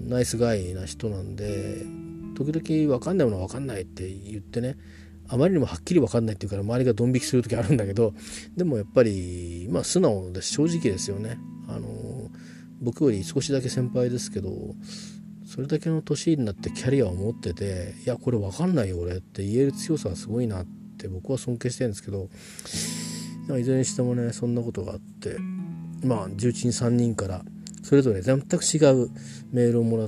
ナイスガイな人なんで、時々分かんないものは分かんないって言ってね、あまりにもはっきり分かんないっていうから周りがドン引きする時あるんだけど、でもやっぱりまあ素直で正直ですよね。あの僕より少しだけ先輩ですけど、それだけの年になってキャリアを持ってて、いやこれ分かんないよ俺って言える強さはすごいなって僕は尊敬してるんですけど、いずれにしてもねそんなことがあって、まあ重鎮さんにんからそれぞれ全く違うメールをもらって、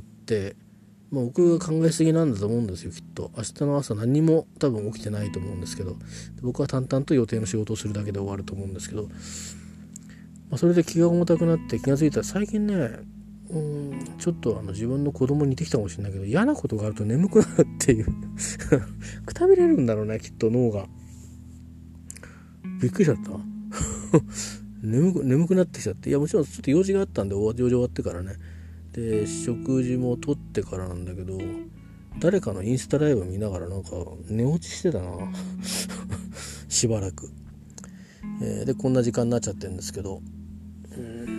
まあ、僕が考えすぎなんだと思うんですよきっと。明日の朝何にも多分起きてないと思うんですけど、僕は淡々と予定の仕事をするだけで終わると思うんですけど、まあ、それで気が重たくなって気がついたら最近ね、うんちょっとあの自分の子供に似てきたかもしれないけど、嫌なことがあると眠くなるっていうくたびれるんだろうねきっと脳が。びっくりしちゃった眠く、眠くなってきちゃって、いやもちろんちょっと用事があったんで用事終わってからね、で食事もとってからなんだけど、誰かのインスタライブ見ながらなんか寝落ちしてたなしばらく、えー、でこんな時間になっちゃってるんですけど、うー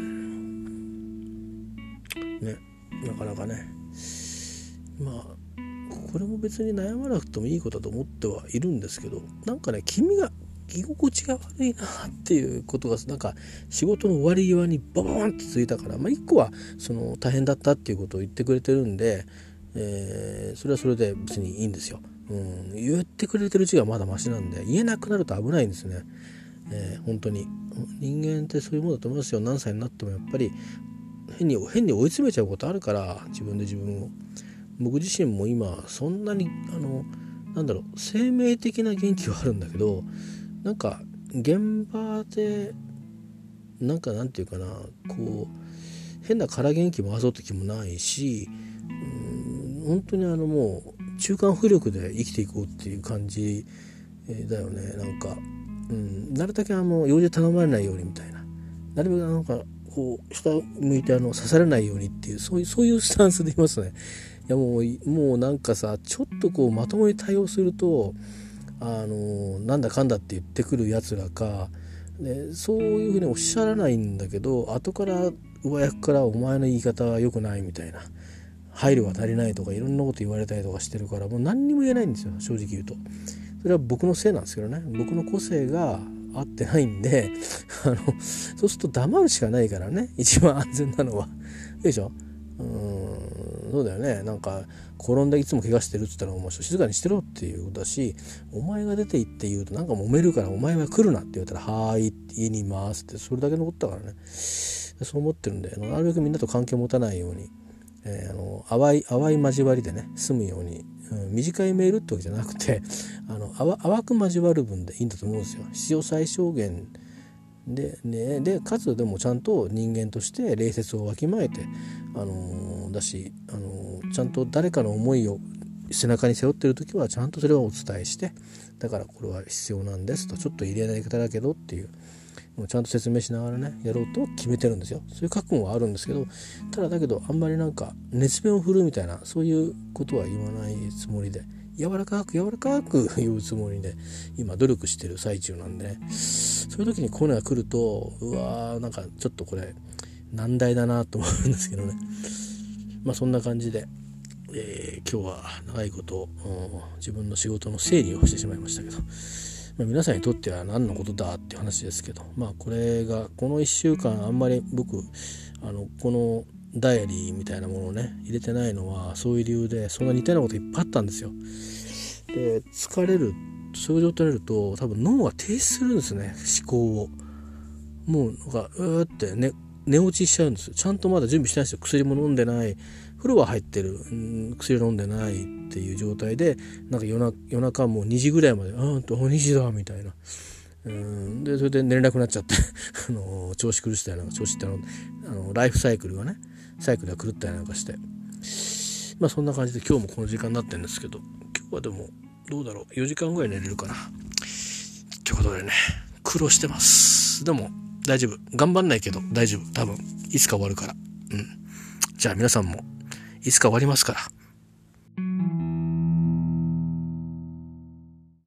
んねなかなかね、まあこれも別に悩まなくてもいいことだと思ってはいるんですけど、なんかね君が居心地が悪いなっていうことがなんか仕事の終わり際にババーンってついたから、まあ一個はその大変だったっていうことを言ってくれてるんで、えー、それはそれで別にいいんですよ、うん、言ってくれてるうちがまだマシなんで、言えなくなると危ないんですね、えー、本当に人間ってそういうものだと思いますよ。何歳になってもやっぱり変に変に追い詰めちゃうことあるから、自分で自分を。僕自身も今そんなにあのなんだろう生命的な元気はあるんだけど、なんか現場でなんかなんていうかな、こう変な空元気回そうって気もないし、うん本当にあのもう中間浮力で生きていこうっていう感じだよね。なんか、うん、なるだけあの用事頼まれないようにみたいな、なるべくなんかこう下向いてあの刺されないようにっていうそういうそういうスタンスでいますね。いやもうもうなんかさ、ちょっとこうまともに対応するとあのなんだかんだって言ってくるやつらか、でそういうふうにおっしゃらないんだけど、後から上役からお前の言い方は良くないみたいな、配慮が足りないとかいろんなこと言われたりとかしてるから、もう何にも言えないんですよ正直言うと。それは僕のせいなんですけどね、僕の個性が合ってないんであのそうすると黙るしかないからね、一番安全なのは。いいでしょ。うーんそうだよね。なんか転んでいつも怪我してるって言ったらお前静かにしてろっていうことだし、お前が出て行って言うとなんか揉めるからお前は来るなって言ったらはーい家にいますってそれだけのことだからね。そう思ってるんで、なるべくみんなと関係を持たないように、えー、あの淡い淡い交わりでね済むように、うん、短いメールってわけじゃなくてあの淡淡く交わる分でいいんだと思うんですよ。必要最小限で、ね、でかつでもちゃんと人間として礼節をわきまえて、あのー、だし、あのー、ちゃんと誰かの思いを背中に背負ってる時はちゃんとそれをお伝えして、だからこれは必要なんですと、ちょっと入れない方だけどっていうもうちゃんと説明しながらねやろうと決めてるんですよ。そういう覚悟はあるんですけど、ただだけどあんまりなんか熱弁を振るみたいなそういうことは言わないつもりで、柔らかく柔らかく言うつもりで今努力してる最中なんで、ね、そういう時にこういうのが来るとうわーなんかちょっとこれ難題だなと思うんですけどね。まあそんな感じで、えー、今日は長いこと自分の仕事の整理をしてしまいましたけど、まあ、皆さんにとっては何のことだっていう話ですけど、まあこれがこのいっしゅうかんあんまり僕あのこのダイアリーみたいなものをね入れてないのはそういう理由で、そんな似たようなこといっぱいあったんですよ。で疲れるそういう状態になると多分脳が停止するんですね、思考を。もうなんかうーってね寝落ちしちゃうんですよ。ちゃんとまだ準備してないんですよ。薬も飲んでない、風呂は入ってる、うん、薬飲んでないっていう状態で、なんか夜な夜中もうにじぐらいまであーんとにじだみたいな、うんでそれで寝れなくなっちゃってあの調子狂したりなんか調子ってあのあのライフサイクルがねサイクルが狂ったりなんかして、まあそんな感じで今日もこの時間になってるんですけど、今日はでもどうだろうよじかんぐらい寝れるかなということでね、苦労してます。でも大丈夫、頑張んないけど大丈夫、多分いつか終わるから。うんじゃあ皆さんもいつか終わりますから